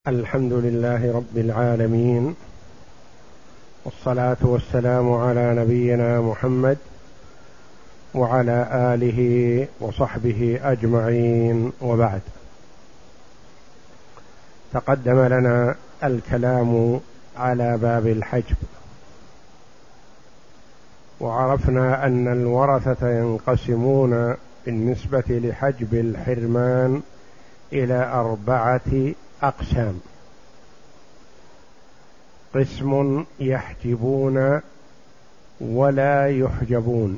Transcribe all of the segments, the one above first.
الحمد لله رب العالمين، والصلاة والسلام على نبينا محمد وعلى آله وصحبه أجمعين، وبعد. تقدم لنا الكلام على باب الحجب، وعرفنا أن الورثة ينقسمون بالنسبة لحجب الحرمان إلى 4 أقسام: قسم يحجبون ولا يحجبون،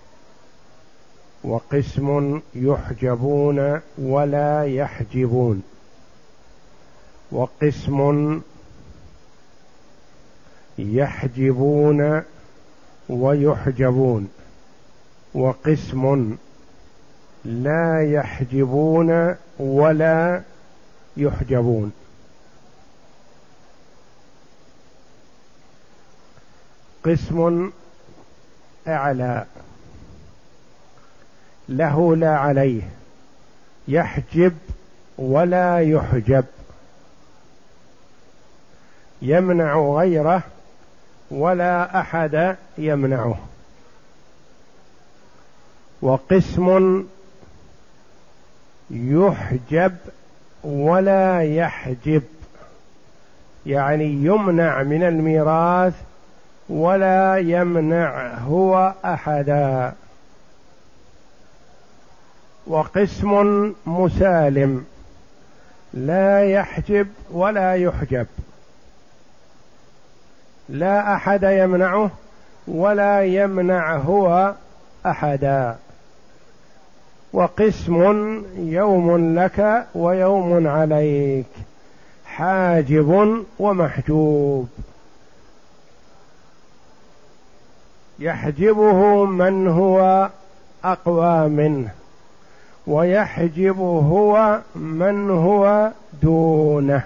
وقسم يحجبون ولا يحجبون، وقسم يحجبون ويحجبون، وقسم لا يحجبون ولا يحجبون. قسم أعلى له لا عليه، يحجب ولا يحجب، يمنع غيره ولا أحد يمنعه. وقسم يحجب ولا يحجب، يعني يمنع من الميراث ولا يمنع هو أحدا. وقسم مسالم لا يحجب ولا يحجب، لا أحد يمنعه ولا يمنع هو أحدا. وقسم يوم لك ويوم عليك، حاجب ومحجوب، يحجبه من هو أقوى منه، ويحجب هو من هو دونه،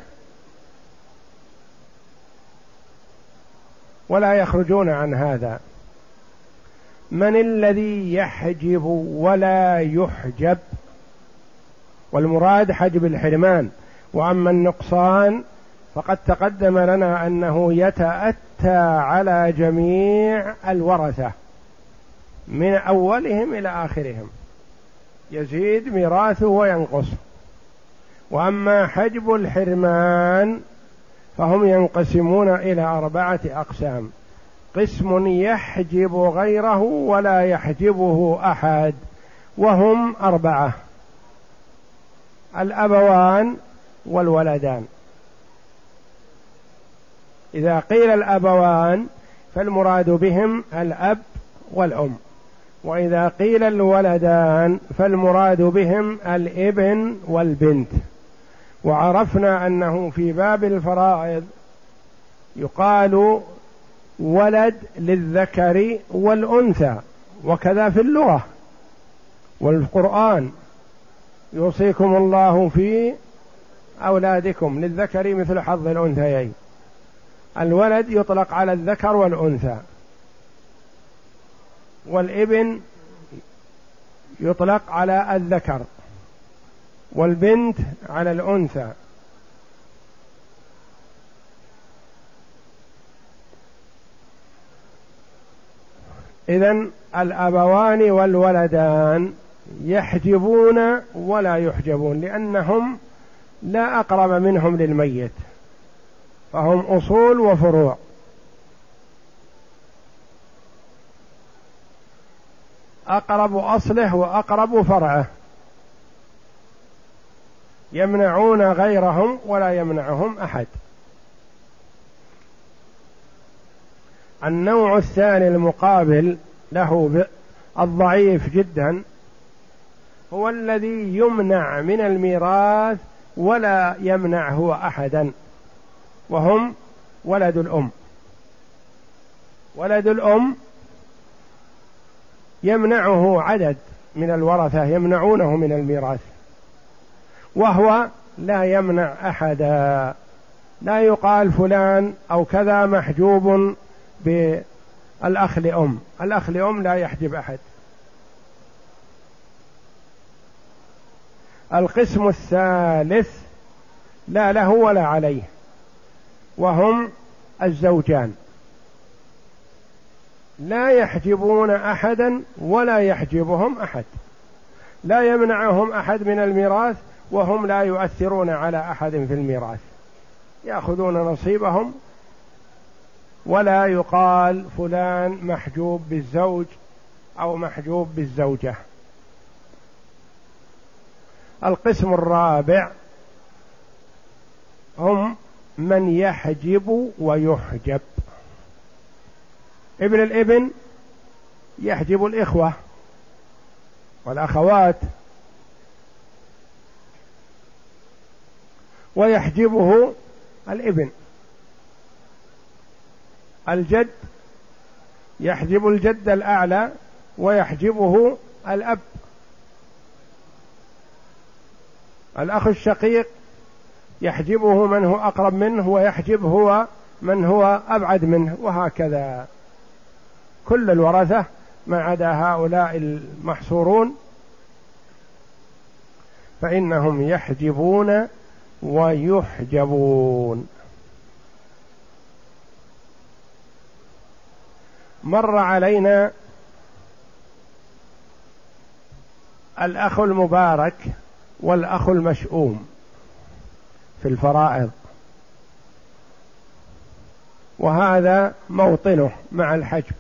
ولا يخرجون عن هذا. من الذي يحجب ولا يحجب؟ والمراد حجب الحرمان. وأما النقصان فقد تقدم لنا أنه يتأتى على جميع الورثة من أولهم إلى آخرهم، يزيد ميراثه وينقص. وأما حجب الحرمان فهم ينقسمون إلى 4 أقسام: قسم يحجب غيره ولا يحجبه أحد، وهم 4: الأبوان والولدان. إذا قيل الأبوان فالمراد بهم الأب والأم، وإذا قيل الولدان فالمراد بهم الابن والبنت. وعرفنا أنه في باب الفرائض يقال ولد للذكر والأنثى، وكذا في اللغة والقرآن: يوصيكم الله في أولادكم للذكر مثل حظ الأنثيين. الولد يطلق على الذكر والأنثى، والابن يطلق على الذكر، والبنت على الأنثى. إذن الأبوان والولدان يحجبون ولا يحجبون، لأنهم لا أقرب منهم للميت، فهم أصول وفروع. أقرب أصله وأقرب فرعه، يمنعون غيرهم ولا يمنعهم أحد. النوع الثاني المقابل له الضعيف جدا هو الذي يمنع من الميراث ولا يمنع هو أحدا، وهم ولد الأم. ولد الأم يمنعه عدد من الورثة، يمنعونه من الميراث، وهو لا يمنع أحدا. لا يقال فلان أو كذا محجوب بالأخ لأم، الأخ لأم لا يحجب أحد. القسم الثالث لا له ولا عليه، وهم الزوجان، لا يحجبون أحدا ولا يحجبهم أحد، لا يمنعهم أحد من الميراث وهم لا يؤثرون على أحد في الميراث، يأخذون نصيبهم، ولا يقال فلان محجوب بالزوج أو محجوب بالزوجة. القسم الرابع هم من يحجب ويحجب. ابن الابن يحجب الإخوة والأخوات، ويحجبه الابن. الجد يحجب الجد الأعلى ويحجبه الأب. الأخ الشقيق يحجبه من هو أقرب منه ويحجب هو من هو أبعد منه، وهكذا كل الورثة ما عدا هؤلاء المحصورون فإنهم يحجبون ويحجبون. مر علينا الأخ المبارك والأخ المشؤوم في الفرائض، وهذا موطنه مع الحجب.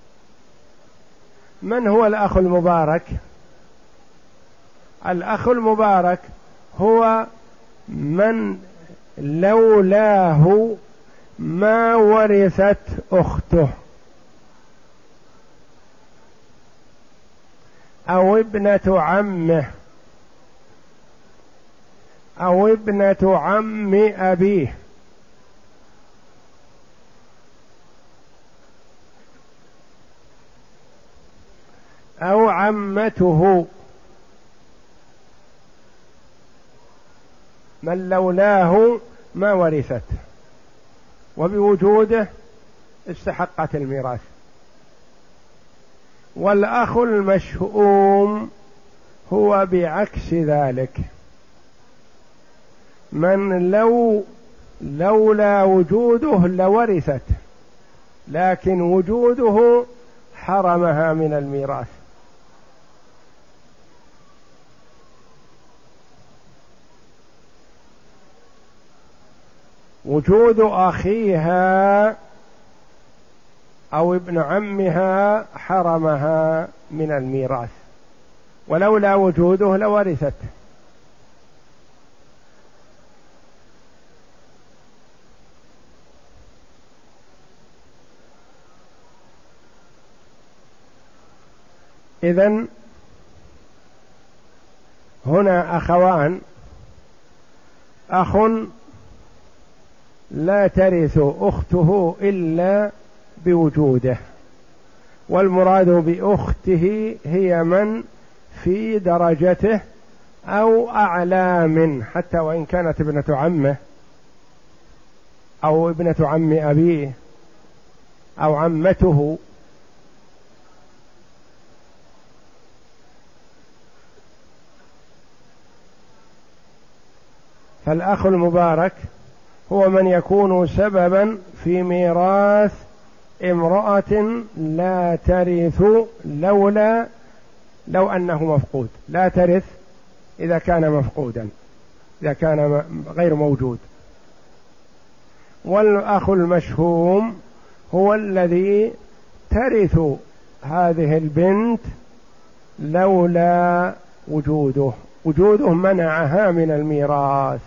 من هو الأخ المبارك؟ الأخ المبارك هو من لولاه ما ورثت أخته أو ابنة عمه أو ابنة عم أبيه أو عمته، من لولاه ما ورثت وبوجوده استحقت الميراث. والأخ المشؤوم هو بعكس ذلك، من لولا وجوده لورثت، لكن وجوده حرمها من الميراث. وجود أخيها أو ابن عمها حرمها من الميراث، ولولا وجوده لورثت. إذن هنا أخوان، أخ لا ترث أخته إلا بوجوده، والمراد بأخته هي من في درجته أو أعلى منه، حتى وإن كانت ابنة عمه أو ابنة عم أبيه أو عمته. فالأخ المبارك هو من يكون سببا في ميراث امرأة لا ترث لو أنه مفقود، لا ترث إذا كان مفقودا، إذا كان غير موجود. والأخ المشؤوم هو الذي ترث هذه البنت لولا وجوده منعها من الميراث،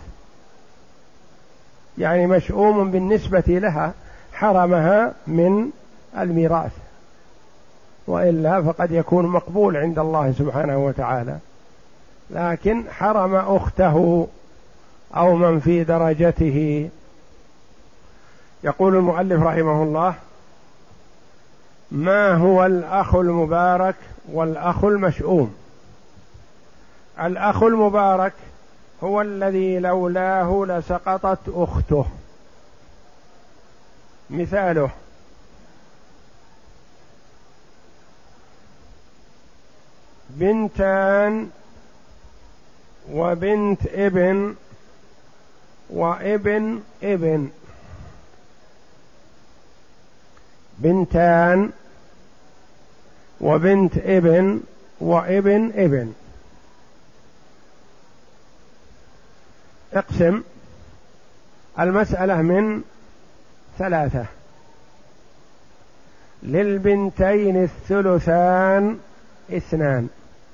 يعني مشؤوم بالنسبة لها حرمها من الميراث، وإلا فقد يكون مقبول عند الله سبحانه وتعالى، لكن حرم أخته أو من في درجته. يقول المؤلف رحمه الله: ما هو الأخ المبارك والأخ المشؤوم؟ الأخ المبارك هو الذي لولاه لسقطت أخته. مثاله: بنتان وبنت ابن وابن ابن، بنتان وبنت ابن وابن ابن. اقسم المسألة من 3. للبنتين الثلثان 2،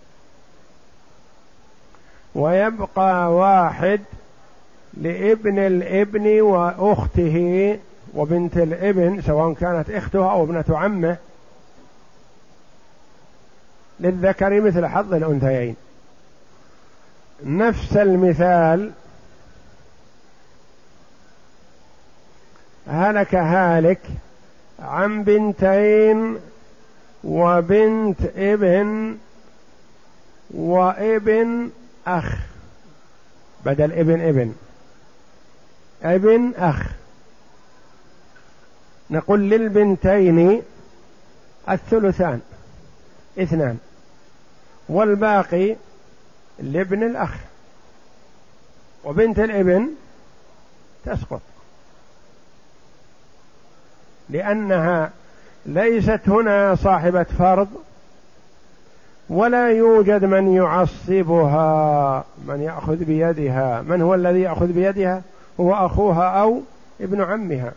ويبقى 1 لابن الابن وأخته وبنت الابن سواء كانت اخته أو ابنة عمه، للذكر مثل حظ الأنثيين. نفس المثال، هلك هالك عن بنتين وبنت ابن وابن أخ، بدل ابن ابن ابن أخ، نقول للبنتين الثلثان 2، والباقي لابن الأخ، وبنت الابن تسقط لأنها ليست هنا صاحبة فرض، ولا يوجد من يعصبها، من يأخذ بيدها. من هو الذي يأخذ بيدها؟ هو أخوها أو ابن عمها.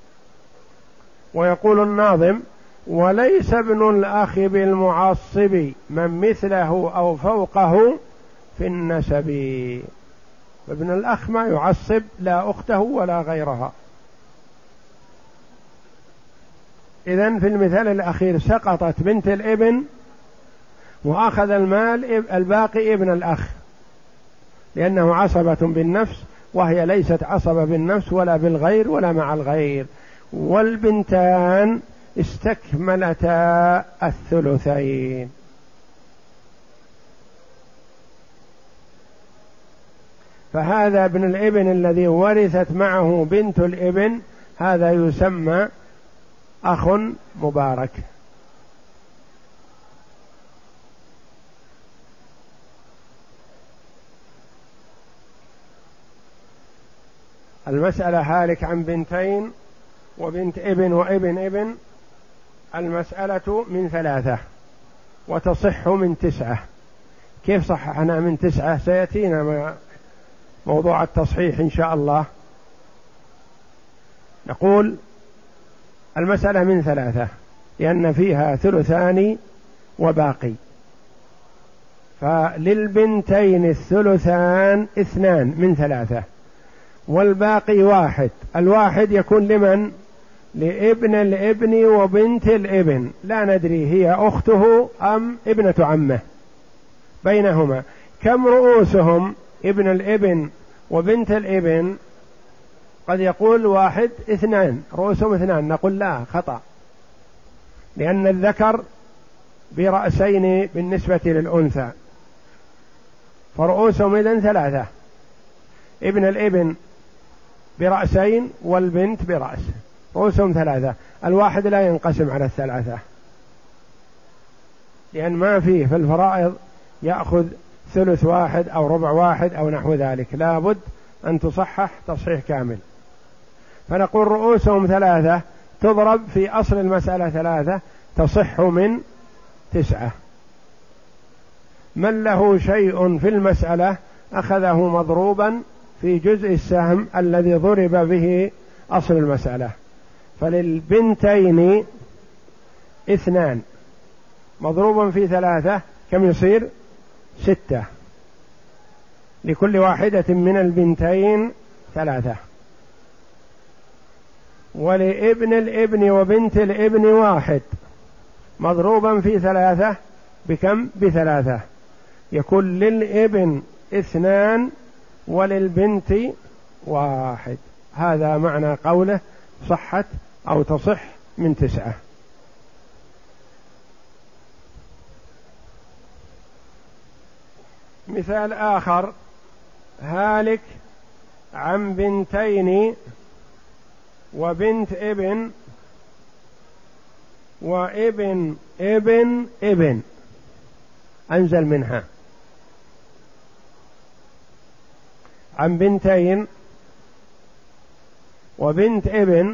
ويقول الناظم: وليس ابن الأخ بالمعصب من مثله أو فوقه في النسب. ابن الأخ ما يعصب لا أخته ولا غيرها. إذن في المثال الأخير سقطت بنت الابن وأخذ المال الباقي ابن الأخ، لأنه عصبة بالنفس، وهي ليست عصبة بالنفس ولا بالغير ولا مع الغير. والبنتان استكملتا الثلثين. فهذا ابن الابن الذي ورثت معه بنت الابن، هذا يسمى أخ مبارك. المسألة هالك عن بنتين وبنت ابن وابن ابن، المسألة من 3 وتصح من 9. كيف صححنا من 9؟ سيأتينا موضوع التصحيح إن شاء الله. نقول المسألة من 3 لأن فيها ثلثان وباقي، فللبنتين الثلثان 2 من 3، والباقي 1. الواحد يكون لمن؟ لابن الابن وبنت الابن، لا ندري هي أخته أم ابنة عمه، بينهما. كم رؤوسهم ابن الابن وبنت الابن؟ قد يقول 1 2 رؤوسهم 2، نقول لا، خطأ، لأن الذكر برأسين بالنسبة للأنثى، فرؤوسهم إذن 3، ابن الابن برأسين والبنت برأس، رؤوسهم 3. الواحد لا ينقسم على 3، لأن ما فيه في الفرائض يأخذ ثلث 1 أو ربع 1 أو نحو ذلك، لا بد أن تصحح تصحيح كامل. فنقول رؤوسهم 3 تضرب في أصل المسألة 3 تصح من 9. من له شيء في المسألة أخذه مضروبا في جزء السهم الذي ضرب به أصل المسألة. فللبنتين 2 مضروبا في 3 كم يصير؟ 6. لكل واحدة من البنتين 3. ولابن الابن وبنت الابن 1 مضروبا في 3 بكم؟ ب3، يكون للابن 2 وللبنت 1. هذا معنى قوله صحت أو تصح من 9. مثال آخر: هالك عن بنتين وبنت ابن وابن ابن ابن، أنزل منها. عن بنتين وبنت ابن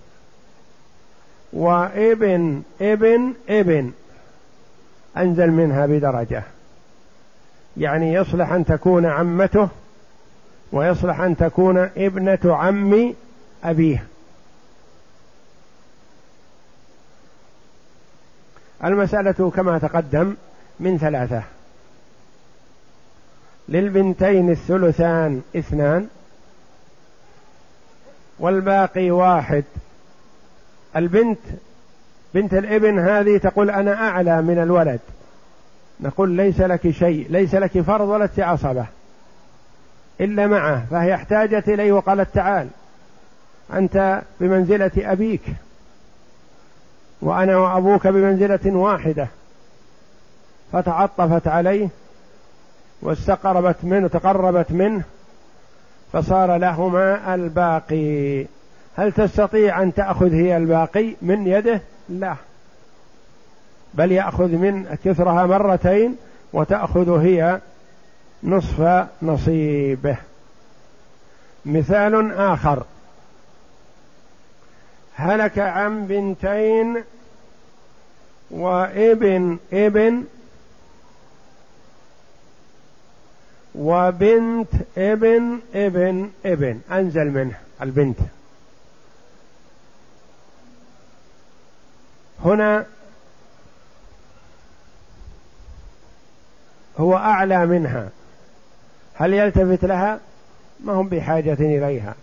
وابن ابن ابن أنزل منها بدرجة، يعني يصلح أن تكون عمته ويصلح أن تكون ابنة عم أبيه. المسألة كما تقدم من 3: للبنتين الثلثان 2 والباقي 1. البنت بنت الابن هذه تقول أنا أعلى من الولد، نقول ليس لك شيء، ليس لك فرض ولا عصبة إلا معه، فهي احتاجت إليه وقالت تعال أنت بمنزلة أبيك وأنا وأبوك بمنزلة واحدة، فتعطفت عليه واستقربت منه تقربت منه فصار لهما الباقي. هل تستطيع أن تأخذ هي الباقي من يده؟ لا، بل يأخذ من كثرها 2 مرات وتأخذ هي نصف نصيبه. مثال آخر: هلك عن 2 وابن ابن وبنت ابن ابن ابن، أنزل منه البنت. هنا هو أعلى منها، هل يلتفت لها؟ ما هم بحاجة إليها.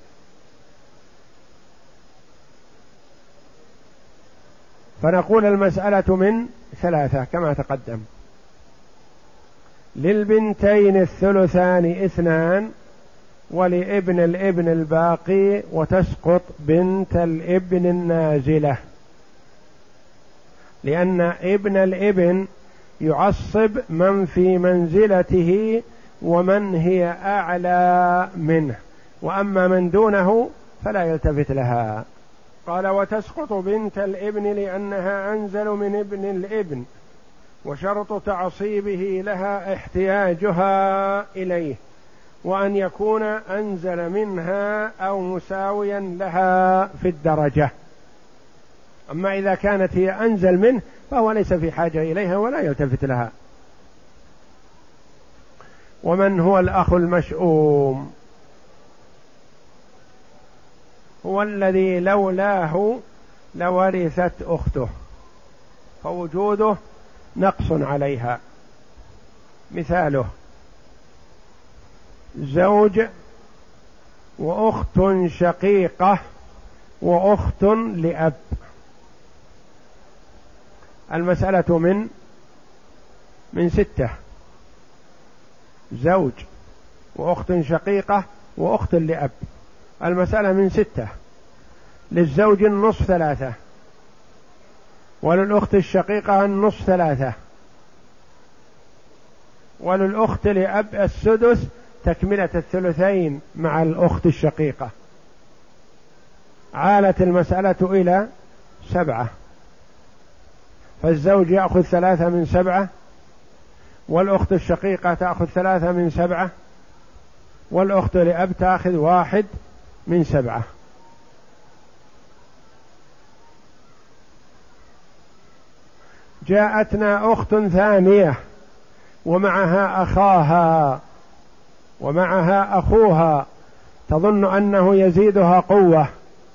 فنقول المسألة من 3 كما تقدم: للبنتين الثلثان 2 ولابن الابن الباقي، وتسقط بنت الابن النازلة، لأن ابن الابن يعصب من في منزلته ومن هي أعلى منه، وأما من دونه فلا يلتفت لها. قال: وتسقط بنت الابن لأنها أنزل من ابن الابن، وشرط تعصيبه لها احتياجها إليه، وأن يكون أنزل منها أو مساويا لها في الدرجة. أما إذا كانت هي أنزل منه فهو ليس في حاجة إليها ولا يلتفت لها. ومن هو الأخ المشؤوم؟ هو الذي لولاه لورثت أخته، فوجوده نقص عليها. مثاله: زوج وأخت شقيقة وأخت لأب. المسألة من 6: زوج وأخت شقيقة وأخت لأب. المسألة من 6: للزوج النصف 3 وللأخت الشقيقة النصف 3 وللأخت لأب السدس تكملة الثلثين مع الأخت الشقيقة. عالت المسألة إلى 7، فالزوج يأخذ 3 من 7 والأخت الشقيقة تأخذ 3 من 7 والأخت لأب تأخذ 1 من 7. جاءتنا أخت ثانية ومعها أخاها ومعها أخوها، تظن أنه يزيدها قوة،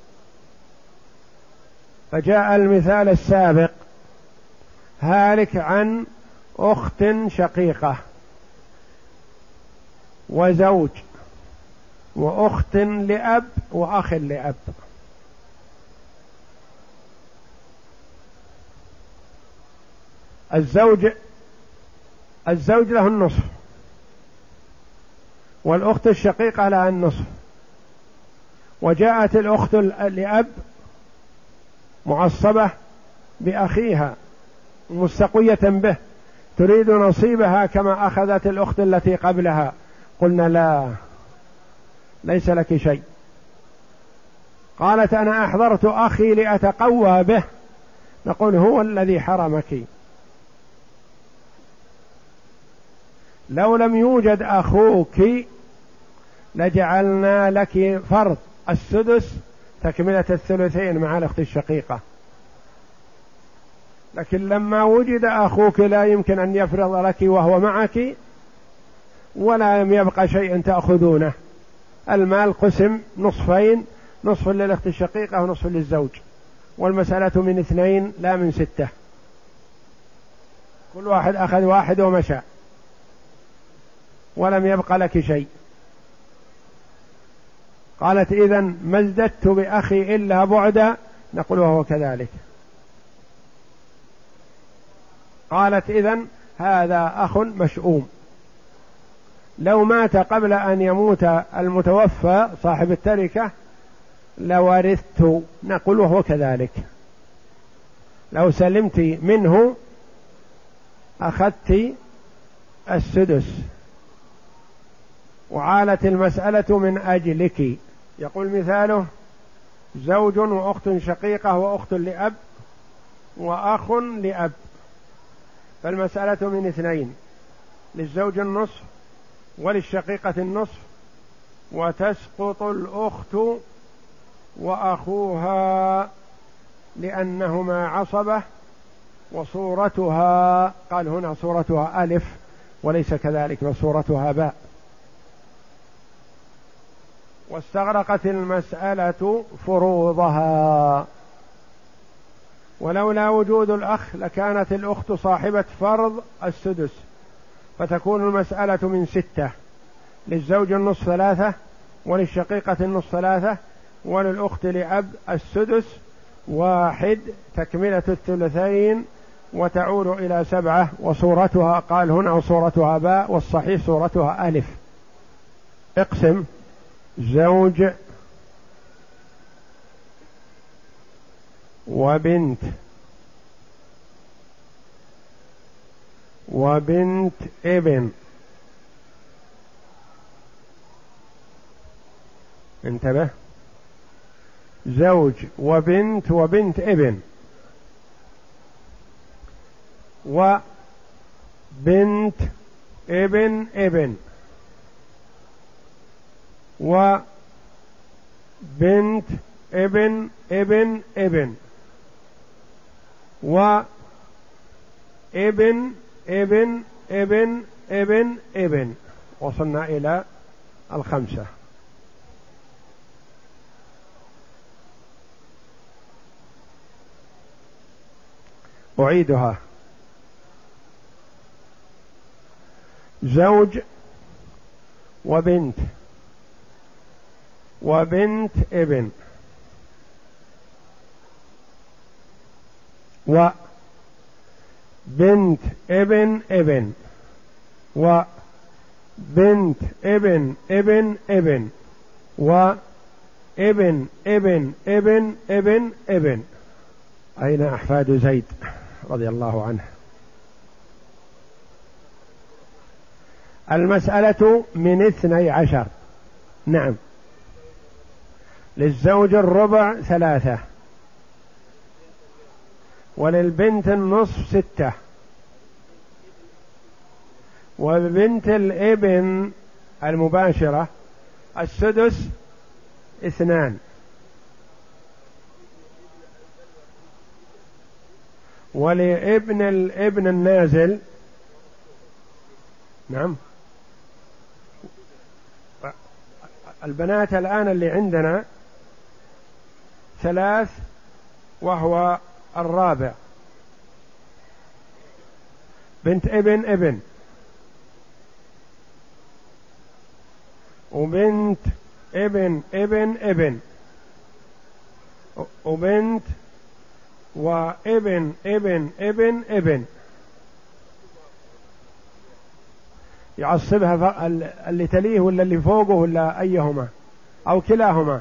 فجاء المثال السابق: هالك عن أخت شقيقة وزوج وأخت لأب وأخ لأب. الزوج له النصف والأخت الشقيقة لها النصف، وجاءت الأخت لأب معصبة بأخيها مستقوية به تريد نصيبها كما أخذت الأخت التي قبلها. قلنا: لا، ليس لك شيء. قالت: أنا أحضرت أخي لأتقوى به. نقول: هو الذي حرمك. لو لم يوجد أخوك لجعلنا لك فرض السدس تكملة الثلثين مع الأخت الشقيقة. لكن لما وجد أخوك لا يمكن أن يفرض لك وهو معك ولا يبقى شيء تأخذونه، المال قسم نصفين، نصف للأخت الشقيقة ونصف للزوج، والمسألة من 2 لا من 6، كل واحد أخذ واحد ومشى ولم يبق لك شيء. قالت إذن ما ازددت بأخي إلا بعدا، نقول وهو كذلك. قالت إذن هذا أخ مشؤوم، لو مات قبل أن يموت المتوفى صاحب التركة لورثت، نقول وهو كذلك. لو سلمت منه أخذت السدس وعالت المسألة من أجلك. يقول مثاله زوج وأخت شقيقة وأخت لأب وأخ لأب، فالمسألة من 2، للزوج النصف وللشقيقة النصف، وتسقط الأخت وأخوها لأنهما عصبة، وصورتها قال هنا صورتها ألف وليس كذلك وصورتها باء. واستغرقت المسألة فروضها، ولولا وجود الأخ لكانت الأخت صاحبة فرض السدس، فتكون المسألة من 6، للزوج النصف 3 وللشقيقة النصف 3 وللأخت لأب السدس 1، تكملة الثلثين وتعود إلى 7. وصورتها قال هنا صورتها باء، والصحيح صورتها ألف. اقسم زوج وبنت وبنت ابن، انتبه، زوج وبنت وبنت ابن وبنت ابن ابن وبنت ابن ابن ابن وابن ابن ابن ابن ابن، وصلنا إلى 5. أعيدها: زوج وبنت وبنت ابن وبنت ابن ابن وبنت ابن ابن ابن وابن ابن ابن ابن ابن. أين أحفاد زيد رضي الله عنه؟ المسألة من 12. نعم، للزوج الربع 3 وللبنت النصف 6 وبنت الابن المباشرة السدس 2 ولابن الابن النازل. نعم، البنات الآن اللي عندنا 3 وهو الرابع، بنت ابن ابن وبنت ابن ابن ابن وبنت وابن ابن ابن ابن. يعصبها اللي تليه ولا اللي فوقه ولا أيهما أو كلاهما،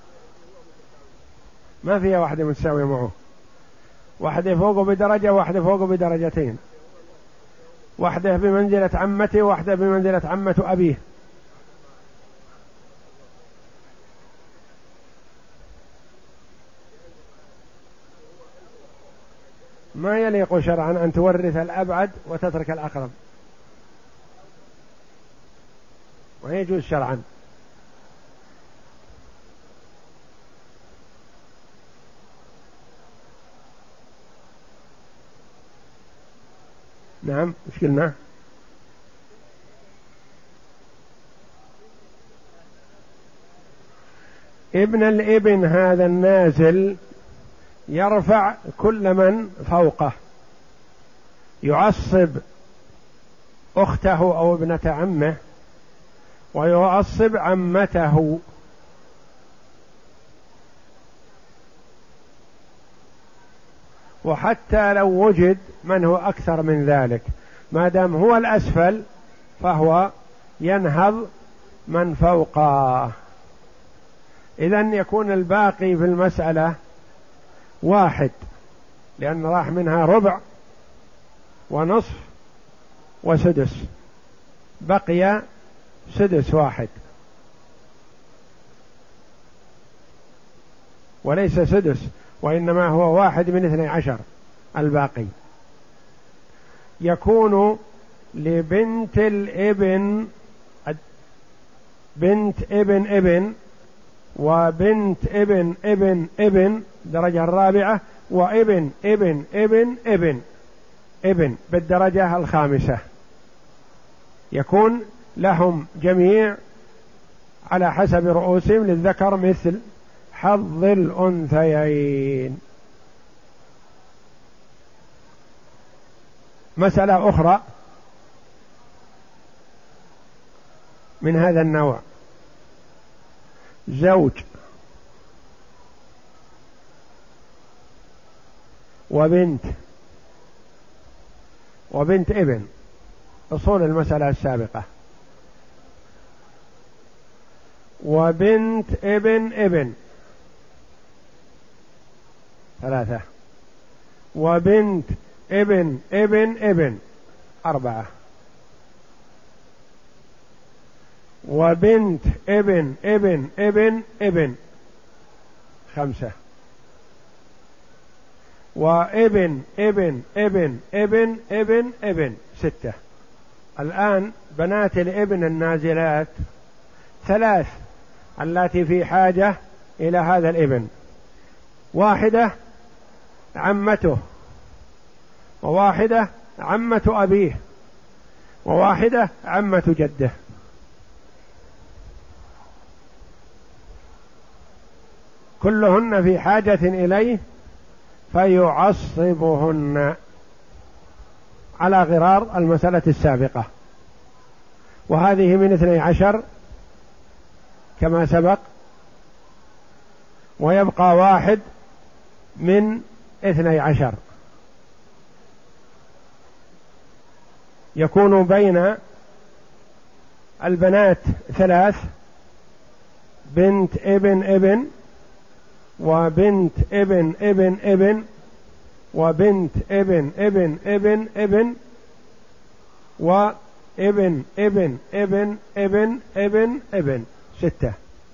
ما فيها واحدة متساوية معه، واحدة فوقه بدرجة واحدة فوقه بدرجتين، واحدة بمنزلة عمته واحدة بمنزلة عمة أبيه. ما يليق شرعا أن تورث الأبعد وتترك الأقرب، ويجوز شرعا. نعم، ايش قلنا؟ ابن الابن هذا النازل يرفع كل من فوقه، يعصب أخته أو ابنة عمه، ويعصب عمته، وحتى لو وجد من هو أكثر من ذلك، ما دام هو الأسفل فهو ينهض من فوقه. إذن يكون الباقي في المسألة واحد، لأن راح منها ربع ونصف وسدس، بقي سدس واحد، وليس سدس، وإنما هو واحد من 12 الباقي. يكون لبنت الابن بنت ابن ابن، وبنت ابن ابن ابن الدرجة الرابعة، وابن ابن ابن ابن ابن بالدرجة الخامسة. يكون لهم جميع على حسب رؤوسهم للذكر مثل حظ الأنثيين. مسألة أخرى من هذا النوع: زوج وبنت ابن، أصول المسألة السابقة، وبنت ابن ابن 3، وبنت ابن ابن ابن 4، وبنت ابن ابن ابن ابن 5، وابن ابن ابن ابن ابن ابن 6. الآن بنات الابن النازلات 3 التي في حاجة إلى هذا الابن: واحدة عمته، وواحدة عمة أبيه، وواحدة عمة جده. كلهن في حاجة إليه فيعصبهن على غرار المسألة السابقة، وهذه من 12 كما سبق، ويبقى واحد من 12. يكون بين البنات 3: بنت ابن ابن، وبنت ابن ابن ابن، وبنت ابن ابن ابن ابن، وابن ابن ابن ابن ابن ابن 6.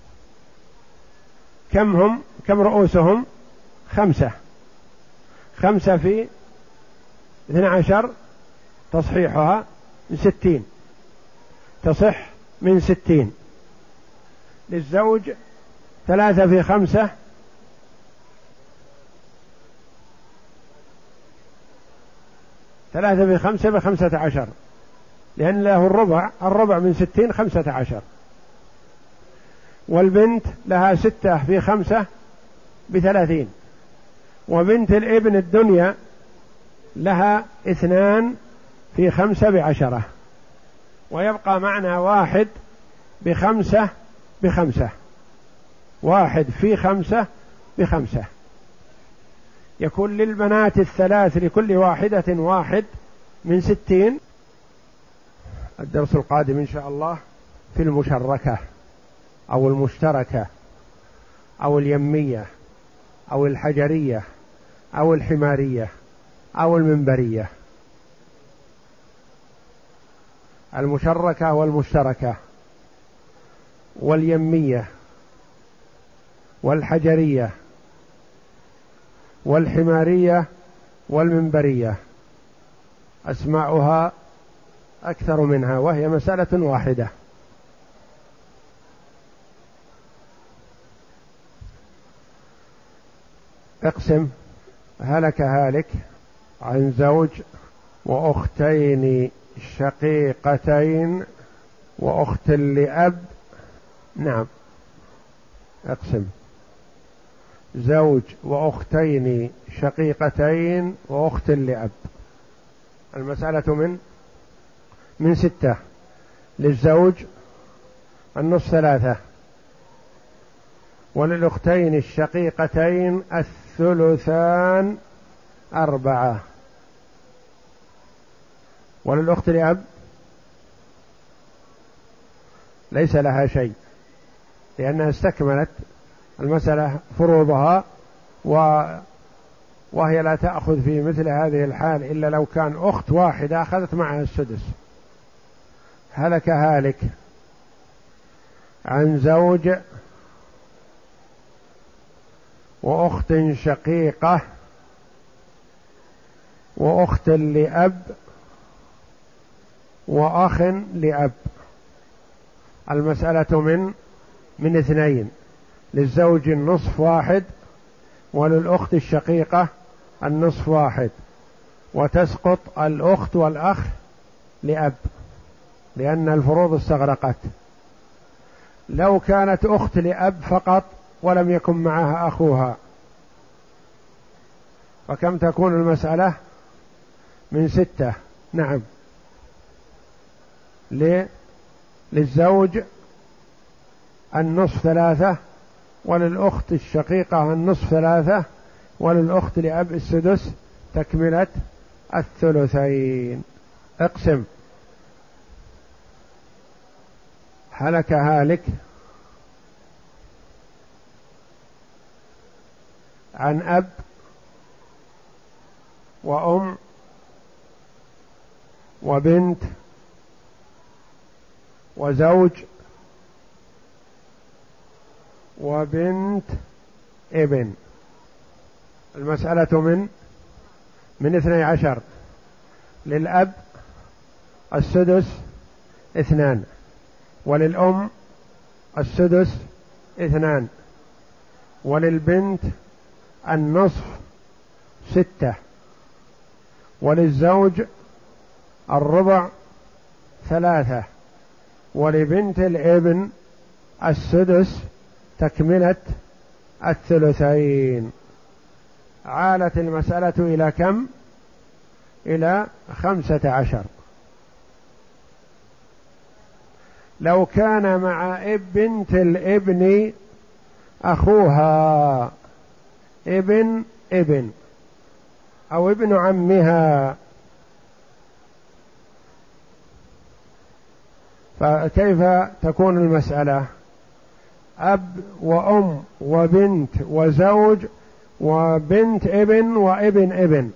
كم رؤوسهم؟ 5. 5 في 12 تصحيحها من 60، تصح من 60. للزوج 3 في 5 3 في 5 ب15، لأن له الربع من 60 15. والبنت لها 6 في 5 ب30. وبنت الابن الدنيا لها 2 في 5 ب10، ويبقى معنا 1 ب5 ب5، 1 في 5 ب5. يكون للبنات 3 لكل واحدة 1 من 60. الدرس القادم إن شاء الله في المشركة أو المشتركة أو اليمية أو الحجرية أو الحمارية أو المنبرية. المشركة والمشتركة واليمية والحجرية والحمارية والمنبرية أسماؤها أكثر منها، وهي مسألة واحدة. اقسم: هلك هالك عن زوج وأختين شقيقتين وأخت لأب. نعم، اقسم. زوج وأختين شقيقتين وأخت لأب. المسألة من 6. للزوج النصف 3، وللأختين الشقيقتين الثلثان 4، وللأخت لأب ليس لها شيء، لأنها استكملت المسألة فروضها، وهي لا تأخذ في مثل هذه الحال إلا لو كان أخت واحدة أخذت معها السدس. هلك هالك عن زوج وأخت شقيقة وأخت لأب وأخ لأب. المسألة من 2. للزوج النصف 1، وللأخت الشقيقة النصف 1، وتسقط الأخت والأخ لأب لأن الفروض استغرقت. لو كانت أخت لأب فقط ولم يكن معها أخوها، فكم تكون المسألة؟ من 6. نعم، للزوج النصف 3، وللأخت الشقيقة النصف 3، وللأخت لأب السدس، تكملة الثلثين. اقسم. هلك هالك عن أب وأم وبنت وزوج وبنت ابن. المسألة من 12. للأب السدس 2، وللأم السدس 2، وللبنت النصف 6، وللزوج الربع 3، ولبنت الابن السدس، تكملة الثلثين. عالت المسألة إلى كم؟ إلى 15. لو كان مع بنت الابن أخوها ابن أو ابن عمها، فكيف تكون المسألة؟ أب وأم وبنت وزوج وبنت ابن وابن ابن.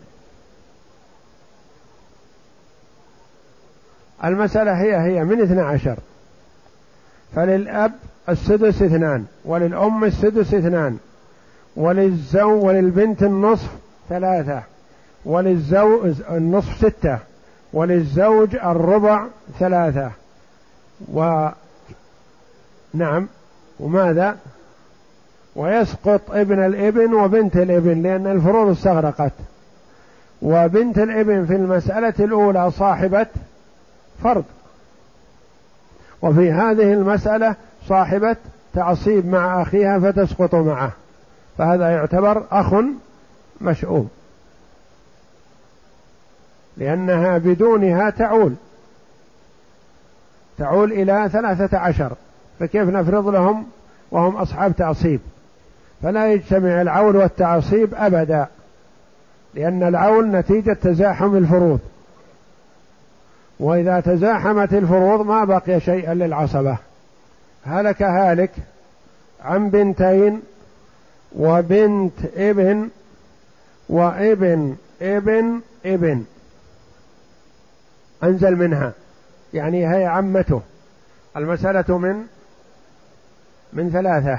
المسألة هي من 12. فللأب السدس 2، وللأم السدس 2، وللبنت النصف 3، وللزوج النصف 6، وللزوج الربع 3. نعم، وماذا؟ ويسقط ابن الابن وبنت الابن لأن الفروض استغرقت، وبنت الابن في المسألة الأولى صاحبة فرض، وفي هذه المسألة صاحبة تعصيب مع أخيها فتسقط معه، فهذا يعتبر أخ مشؤوم، لأنها بدونها تعول إلى 13، فكيف نفرض لهم وهم أصحاب تعصيب؟ فلا يجتمع العول والتعصيب أبدا، لأن العول نتيجة تزاحم الفروض، وإذا تزاحمت الفروض ما بقي شيئا للعصبة. هلك هالك عن بنتين وبنت ابن وابن ابن ابن، أنزل منها، يعني هي عمته. المسألة من 3.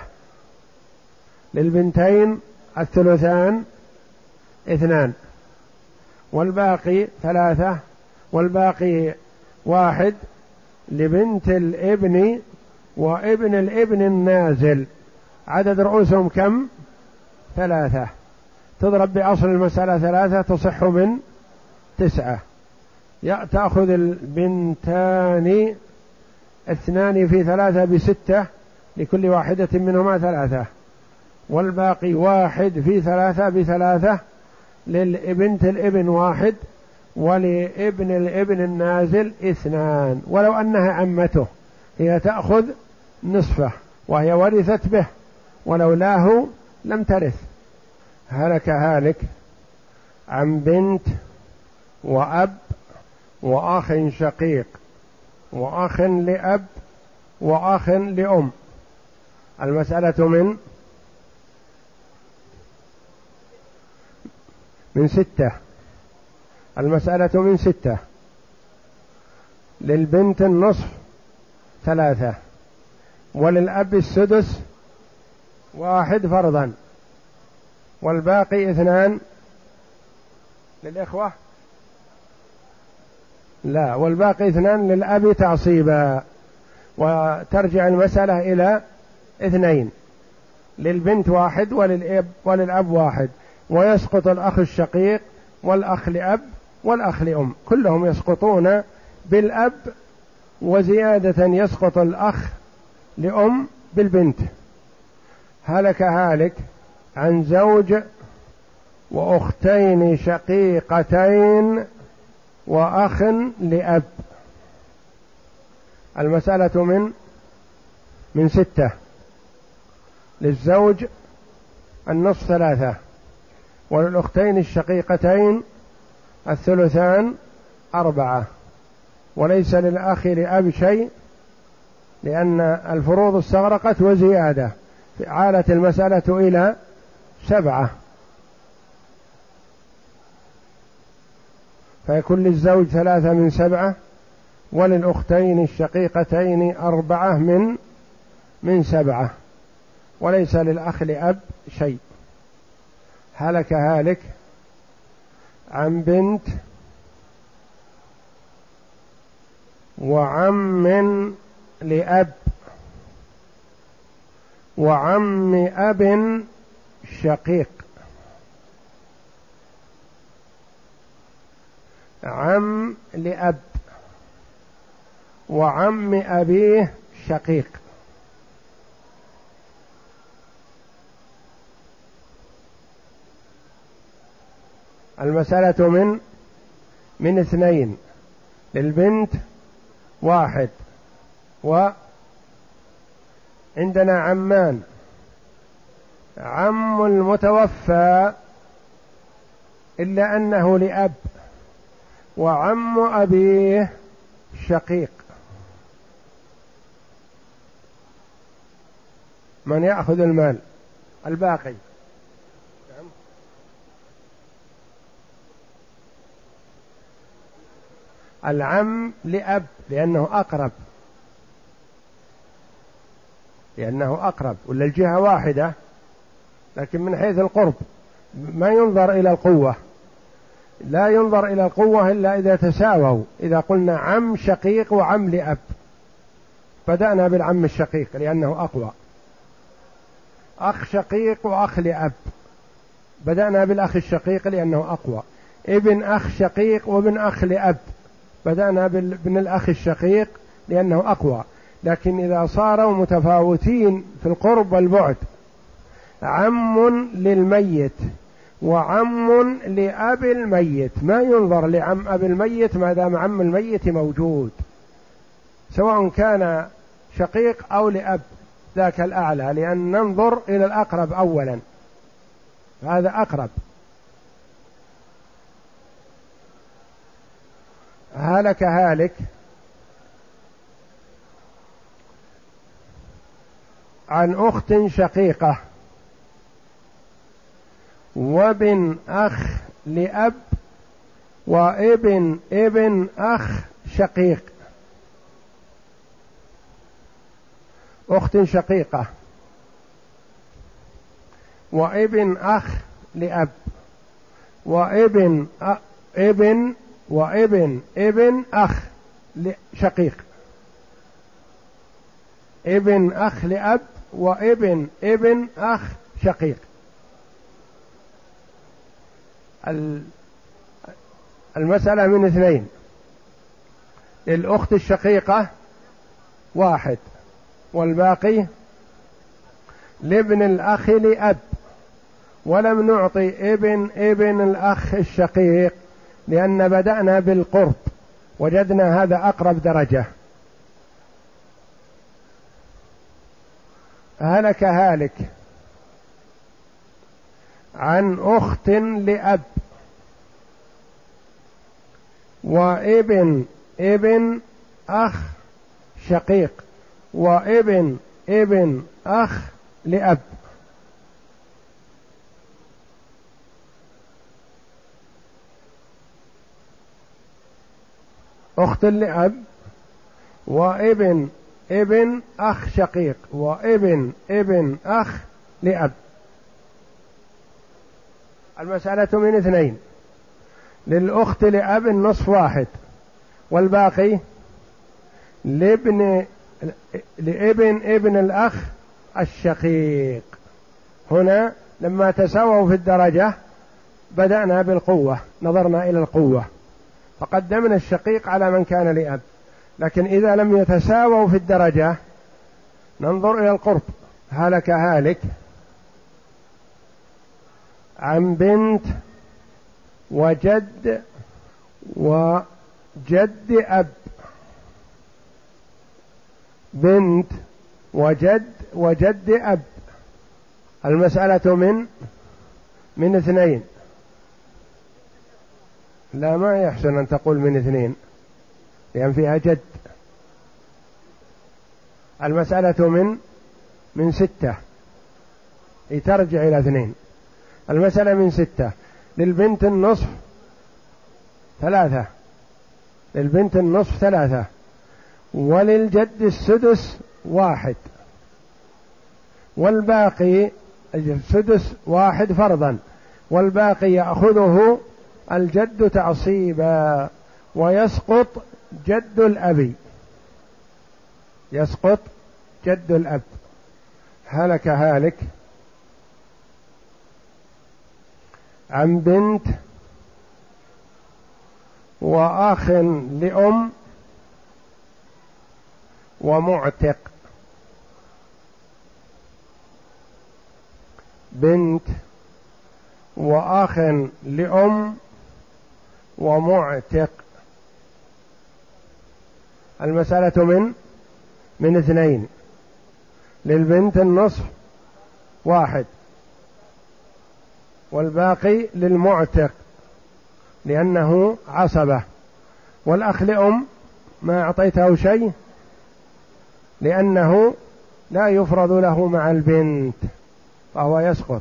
للبنتين الثلثان 2، والباقي 3، والباقي 1 لبنت الابن وابن الابن النازل. عدد رؤوسهم كم؟ 3. تضرب بأصل المسألة 3 تصح من 9. تأخذ البنتان 2 في 3 ب6، لكل واحدة منهما 3، والباقي 1 في 3 ب3، للبنت الابن 1، ولابن الابن النازل 2. ولو أنها عمته هي تأخذ نصفه وهي ورثت به، ولولاه لم ترث. هلك هالك عن بنت وأب وأخ شقيق وأخ لأب وأخ لأم. المسألة من 6. المسألة من 6. للبنت النصف 3، وللأب السدس 1 فرضا، والباقي 2 للإخوة، لا، والباقي 2 للأب تعصيبا. وترجع المسألة إلى 2، للبنت 1 وللأب 1، ويسقط الأخ الشقيق والأخ لأب والأخ لأم، كلهم يسقطون بالأب، وزيادة يسقط الأخ لأم بالبنت. هلك هالك عن زوج وأختين شقيقتين وأخ لأب. المسألة من 6. للزوج النصف 3، وللأختين الشقيقتين الثلثان 4، وليس للأخ لأب شيء لأن الفروض استغرقت وزيادة، عالت المسألة إلى 7، فيكون للزوج 3 من 7، وللأختين الشقيقتين 4 من 7، وليس للأخ لأب شيء. هلك هالك عن بنت وعم لأب وعم أب شقيق. عم لأب وعم أبيه شقيق. المسألة من 2. للبنت 1، وعندنا عمان: عم المتوفى إلا أنه لأب، وعم أبيه شقيق. من يأخذ المال الباقي؟ العم لأب لأنه أقرب، ولا الجهة واحدة، لكن من حيث القرب ما ينظر إلى القوة، لا ينظر إلى القوة إلا إذا تساووا. إذا قلنا عم شقيق وعم لأب، بدأنا بالعم الشقيق لأنه أقوى. أخ شقيق وأخ لأب، بدأنا بالأخ الشقيق لأنه أقوى. ابن أخ شقيق وابن أخ لأب، بدأنا بابن الأخ الشقيق لأنه أقوى. لكن إذا صاروا متفاوتين في القرب والبعد، عم للميت وعم لأب الميت، ما ينظر لعم أب الميت ما دام عم الميت موجود، سواء كان شقيق أو لأب، ذاك الأعلى، لأن ننظر إلى الأقرب أولا، هذا أقرب. هلك هالك عن أخت شقيقة وابن أخ لأب وابن ابن أخ شقيق. أخت شقيقة وابن أخ لأب وابن ابن أخ شقيق، ابن أخ لأب وابن ابن أخ شقيق. المسألة من 2. للأخت الشقيقة واحد، والباقي لابن الأخ لأب. ولم نعطي ابن الأخ الشقيق لأن بدأنا بالقرب، وجدنا هذا أقرب درجة. هلك هالك عن أخت لأب، ابن أخ شقيق، ابن أخ لأب. أخت لأب ابن أخ شقيق ابن أخ لأب. المسألة من اثنين، للأخت لأب النصف واحد، والباقي لابن الأخ الشقيق. هنا لما تساووا في الدرجة بدأنا بالقوة، نظرنا إلى القوة فقدمنا الشقيق على من كان لأب، لكن إذا لم يتساووا في الدرجة ننظر إلى القرب. هلك هالك عن بنت وجد أب، بنت وجد أب. المسألة من اثنين. لا، ما يحسن أن تقول من اثنين لأن فيها جد. المسألة من ستة، ترجع إلى اثنين. المسألة من ستة، للبنت النصف ثلاثة، وللجد السدس واحد، والباقي السدس واحد فرضا، والباقي يأخذه الجد تعصيبا، ويسقط جد الأب. هلك هالك عن بنت وأخ لأم ومعتق. بنت وأخ لأم ومعتق. المسألة من اثنين، للبنت النصف واحد، والباقي للمعتق لأنه عصبة، والأخ لأم ما أعطيته شيء لأنه لا يفرض له مع البنت فهو يسقط.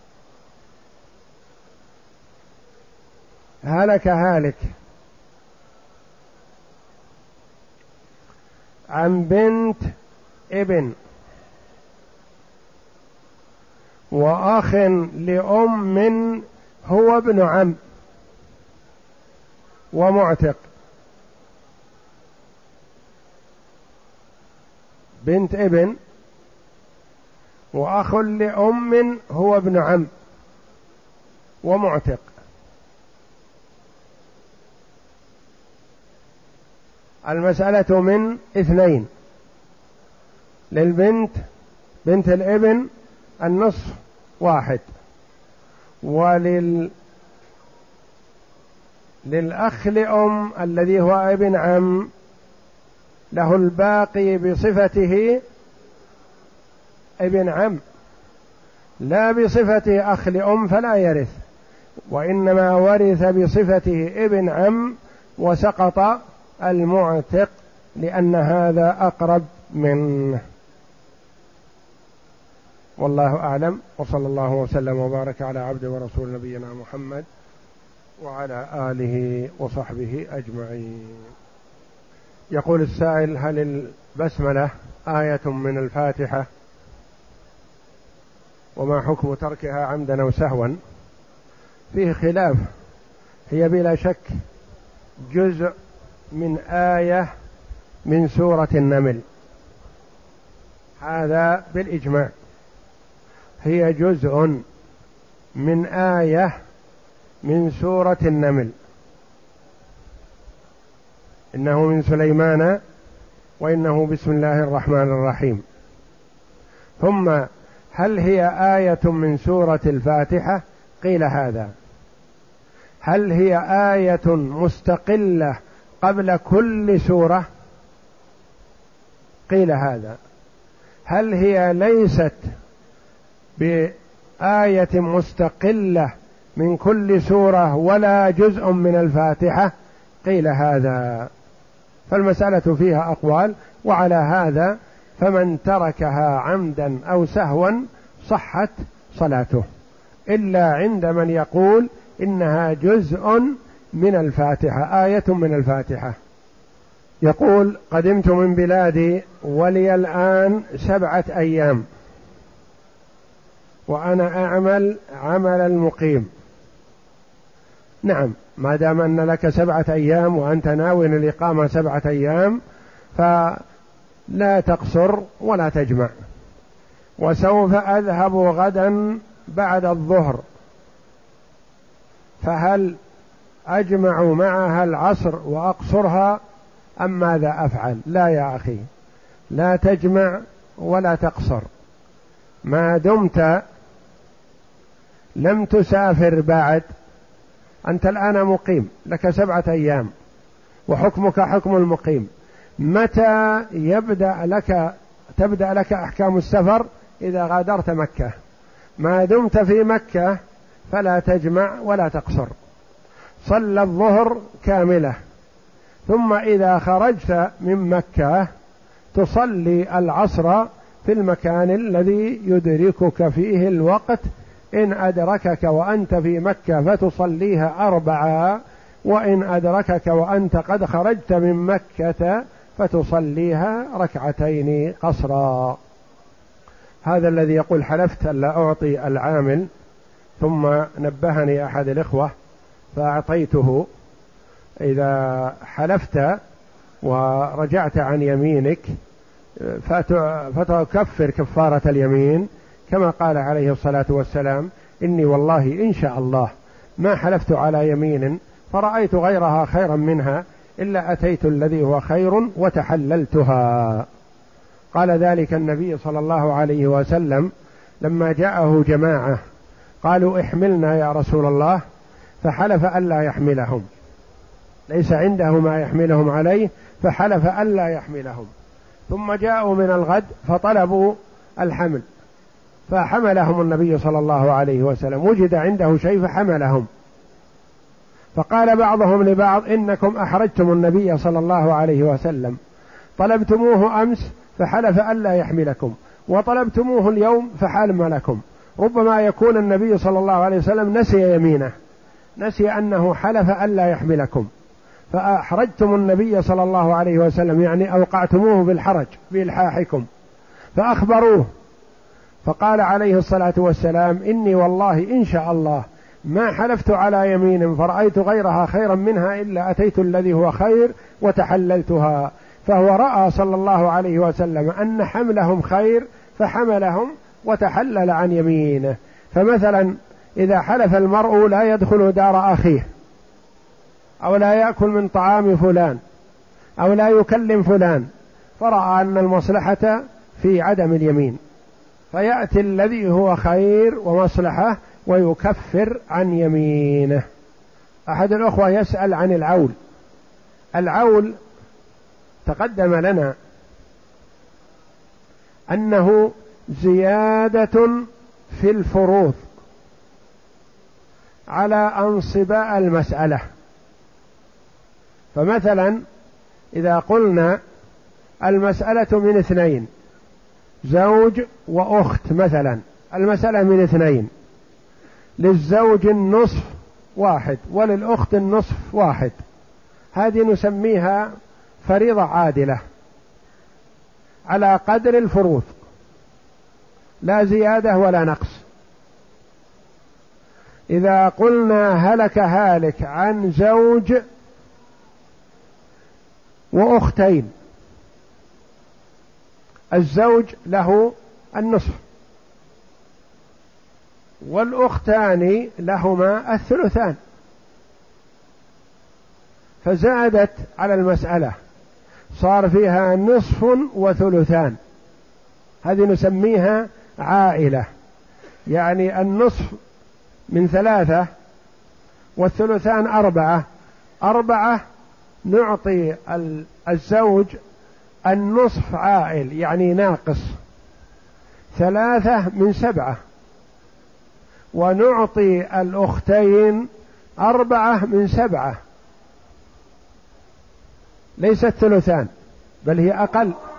هلك هالك عن بنت ابن وأخ لأم هو ابن عم ومعتق. بنت ابن وأخ لأم هو ابن عم ومعتق. المسألة من اثنين، للبنت بنت الابن النصف واحد، للأخ لأم الذي هو ابن عم له الباقي بصفته ابن عم، لا بصفته أخ لأم فلا يرث، وإنما ورث بصفته ابن عم وسقط المعتق لأن هذا أقرب منه. والله أعلم، وصلى الله وسلم وبارك على عبد ورسول نبينا محمد وعلى آله وصحبه أجمعين. يقول السائل: هل البسملة آية من الفاتحة؟ وما حكم تركها عمدا أو سهوا؟ فيه خلاف. هي بلا شك جزء من آية من سورة النمل، هذا بالإجماع. هي جزء من آية من سورة النمل، إنه من سليمان وإنه بسم الله الرحمن الرحيم. ثم هل هي آية من سورة الفاتحة؟ قيل هذا. هل هي آية مستقلة قبل كل سورة؟ قيل هذا. هل هي ليست بآية مستقلة من كل سورة ولا جزء من الفاتحة؟ قيل هذا. فالمسألة فيها أقوال، وعلى هذا فمن تركها عمدا أو سهوا صحت صلاته، إلا عند من يقول إنها جزء من الفاتحة، آية من الفاتحة. يقول: قدمت من بلادي ولي الآن 7 أيام وأنا أعمل عمل المقيم. نعم، ما دام أن لك 7 أيام وأنت ناوي الإقامة 7 أيام فلا تقصر ولا تجمع. وسوف أذهب غدا بعد الظهر، فهل أجمع معها العصر وأقصرها أم ماذا أفعل؟ لا يا أخي، لا تجمع ولا تقصر ما دمت لم تسافر بعد. أنت الآن مقيم لك 7 أيام وحكمك حكم المقيم. متى تبدأ لك أحكام السفر؟ إذا غادرت مكة. ما دمت في مكة فلا تجمع ولا تقصر. صلى الظهر كاملة، ثم إذا خرجت من مكة تصلي العصر في المكان الذي يدركك فيه الوقت. إن أدركك وأنت في مكة فتصليها 4، وإن أدركك وأنت قد خرجت من مكة فتصليها 2 قصرا. هذا الذي يقول: حلفت ألا أعطي العامل، ثم نبهني أحد الإخوة فأعطيته: إذا حلفت ورجعت عن يمينك فتكفر كفارة اليمين، كما قال عليه الصلاة والسلام: إني والله إن شاء الله ما حلفت على يمين فرأيت غيرها خيرا منها إلا أتيت الذي هو خير وتحللتها. قال ذلك النبي صلى الله عليه وسلم لما جاءه جماعة قالوا: احملنا يا رسول الله، فحلف ألا يحملهم، ليس عنده ما يحملهم عليه، فحلف ألا يحملهم. ثم جاءوا من الغد فطلبوا الحمل، فحملهم النبي صلى الله عليه وسلم، وجد عنده شيء فحملهم. فقال بعضهم لبعض: إنكم أحرجتم النبي صلى الله عليه وسلم، طلبتموه أمس فحلف ألا يحملكم، وطلبتموه اليوم فحلم لكم. ربما يكون النبي صلى الله عليه وسلم نسي يمينه، نسي أنه حلف ألا يحملكم، فأحرجتم النبي صلى الله عليه وسلم، يعني أوقعتموه بالحرج بإلحاحكم. فأخبروه، فقال عليه الصلاة والسلام: إني والله إن شاء الله ما حلفت على يمين فرأيت غيرها خيرا منها إلا أتيت الذي هو خير وتحللتها. فهو رأى صلى الله عليه وسلم أن حملهم خير فحملهم وتحلل عن يمينه. فمثلا إذا حلف المرء لا يدخل دار أخيه، أو لا يأكل من طعام فلان، أو لا يكلم فلان، فرأى أن المصلحة في عدم اليمين، فيأتي الذي هو خير ومصلحة ويكفر عن يمينه. أحد الأخوة يسأل عن العول. العول تقدم لنا أنه زيادة في الفروض على أنصباء المسألة. فمثلا إذا قلنا المسألة من 2، زوج وأخت مثلا، المسألة من 2، للزوج النصف 1 وللأخت النصف 1، هذه نسميها فريضة عادلة على قدر الفروض، لا زيادة ولا نقص. إذا قلنا هلك هالك عن زوج وأختين، الزوج له النصف والأختان لهما الثلثان، فزادت على المسألة، صار فيها نصف وثلثان، هذه نسميها عائلة، يعني النصف من 3 والثلثان 4 نعطي الزوج النصف عائل يعني ناقص، 3 من 7، ونعطي الأختين 4 من 7، ليست ثلثان بل هي أقل.